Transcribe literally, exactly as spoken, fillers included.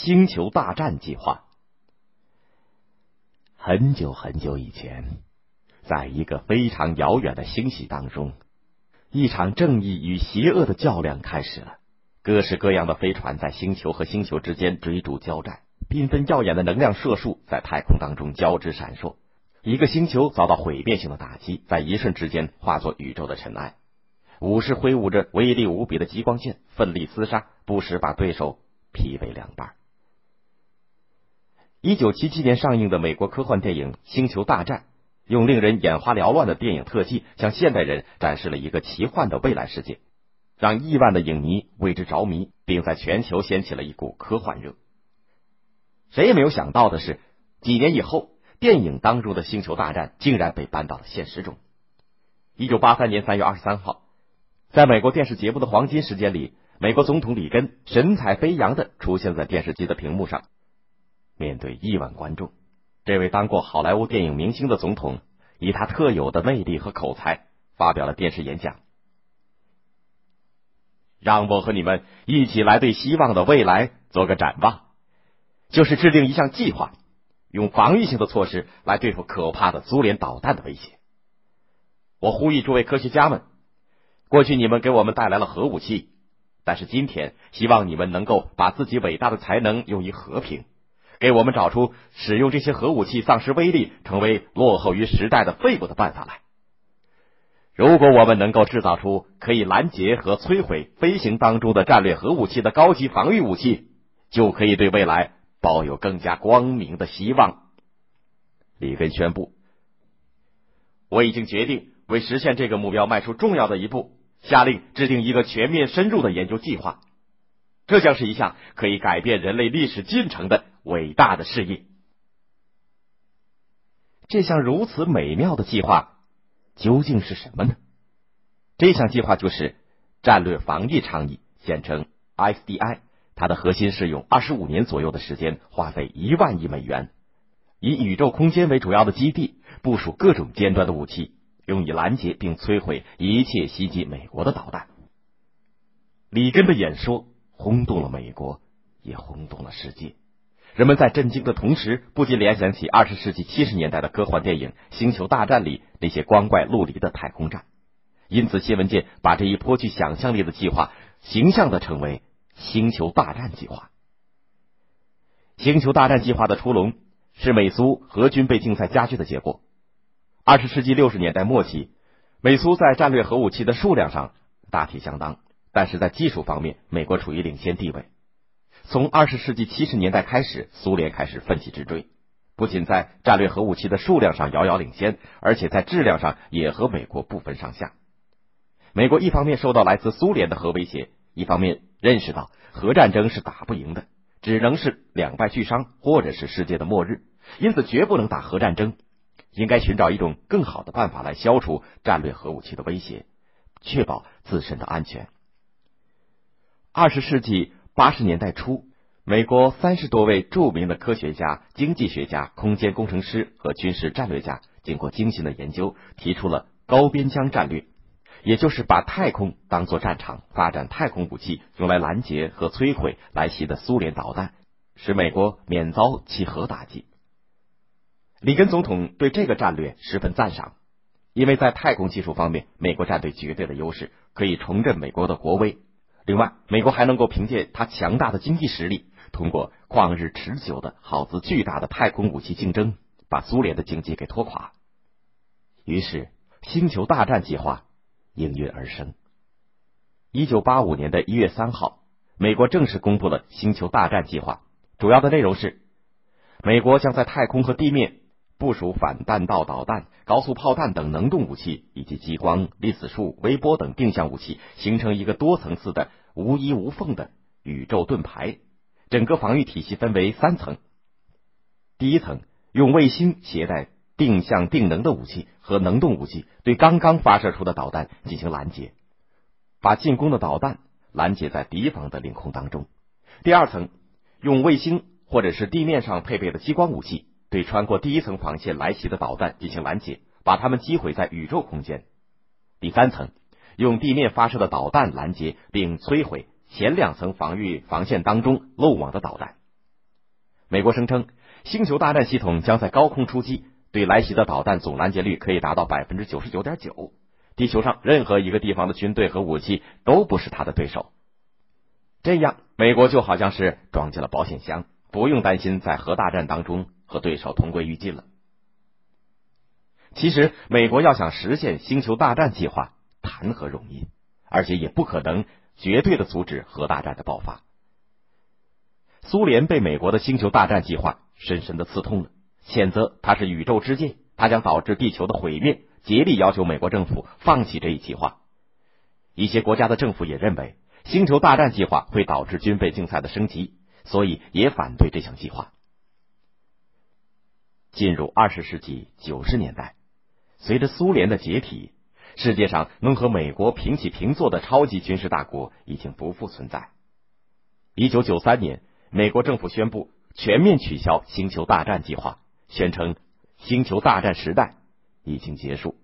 星球大战计划。很久很久以前，在一个非常遥远的星系当中，一场正义与邪恶的较量开始了。各式各样的飞船在星球和星球之间追逐交战，缤纷耀眼的能量射束在太空当中交织闪烁。一个星球遭到毁灭性的打击，在一瞬之间化作宇宙的尘埃。武士挥舞着威力无比的激光剑，奋力厮杀，不时把对手劈为两半。一九七七年上映的美国科幻电影《星球大战》，用令人眼花缭乱的电影特技，向现代人展示了一个奇幻的未来世界，让亿万的影迷为之着迷，并在全球掀起了一股科幻热。谁也没有想到的是，几年以后，电影当中的星球大战竟然被搬到了现实中。一九八三年三月二十三号，在美国电视节目的黄金时间里，美国总统里根神采飞扬地出现在电视机的屏幕上。面对亿万观众，这位当过好莱坞电影明星的总统，以他特有的魅力和口才，发表了电视演讲。让我和你们一起来对希望的未来做个展望，就是制定一项计划，用防御性的措施来对付可怕的苏联导弹的威胁。我呼吁诸位科学家们，过去你们给我们带来了核武器，但是今天希望你们能够把自己伟大的才能用于和平，给我们找出使用这些核武器丧失威力，成为落后于时代的废物的办法来。如果我们能够制造出可以拦截和摧毁飞行当中的战略核武器的高级防御武器，就可以对未来抱有更加光明的希望。里根宣布，我已经决定为实现这个目标迈出重要的一步，下令制定一个全面深入的研究计划。这将是一项可以改变人类历史进程的伟大的事业。这项如此美妙的计划究竟是什么呢？这项计划就是战略防御倡议，简称 I S D I。 它的核心是用二十五年左右的时间，花费一万亿美元，以宇宙空间为主要的基地，部署各种尖端的武器，用以拦截并摧毁一切袭击美国的导弹。里根的演说轰动了美国，也轰动了世界。人们在震惊的同时，不禁联想起二十世纪七十年代的科幻电影《星球大战》里那些光怪陆离的太空站。因此新闻界把这一颇具想象力的计划形象地称为星球大战计划。星球大战计划的出笼是美苏核军备竞赛加剧的结果。二十世纪六十年代末期，美苏在战略核武器的数量上大体相当，但是在技术方面，美国处于领先地位。从二十世纪七十年代开始，苏联开始奋起直追，不仅在战略核武器的数量上遥遥领先，而且在质量上也和美国不分上下。美国一方面受到来自苏联的核威胁，一方面认识到核战争是打不赢的，只能是两败俱伤，或者是世界的末日，因此绝不能打核战争，应该寻找一种更好的办法来消除战略核武器的威胁，确保自身的安全。二十世纪八十年代初，美国三十多位著名的科学家、经济学家、空间工程师和军事战略家经过精心的研究，提出了高边疆战略，也就是把太空当作战场，发展太空武器，用来拦截和摧毁来袭的苏联导弹，使美国免遭其核打击。里根总统对这个战略十分赞赏，因为在太空技术方面，美国占对绝对的优势，可以重振美国的国威。另外，美国还能够凭借它强大的经济实力，通过旷日持久的耗资巨大的太空武器竞争，把苏联的经济给拖垮。于是星球大战计划应运而生。一九八五年的一月三号，美国正式公布了星球大战计划，主要的内容是，美国将在太空和地面部署反弹道导弹、高速炮弹等能动武器，以及激光、粒子束、微波等定向武器，形成一个多层次的无一无缝的宇宙盾牌。整个防御体系分为三层。第一层，用卫星携带定向定能的武器和能动武器，对刚刚发射出的导弹进行拦截，把进攻的导弹拦截在敌方的领空当中。第二层，用卫星或者是地面上配备的激光武器，对穿过第一层防线来袭的导弹进行拦截，把它们击毁在宇宙空间。第三层，用地面发射的导弹拦截并摧毁前两层防御防线当中漏网的导弹。 美国声称，星球大战系统将在高空出击，对来袭的导弹总拦截率可以达到 百分之九十九点九， 地球上任何一个地方的军队和武器都不是他的对手。这样，美国就好像是装进了保险箱，不用担心在核大战当中和对手同归于尽了。其实，美国要想实现星球大战计划，谈何容易，而且也不可能绝对的阻止核大战的爆发。苏联被美国的星球大战计划深深的刺痛了，谴责它是宇宙之剑，它将导致地球的毁灭，竭力要求美国政府放弃这一计划。一些国家的政府也认为星球大战计划会导致军备竞赛的升级，所以也反对这项计划。进入二十世纪九十年代，随着苏联的解体，世界上能和美国平起平坐的超级军事大国已经不复存在。一九九三年，美国政府宣布全面取消星球大战计划，宣称星球大战时代已经结束。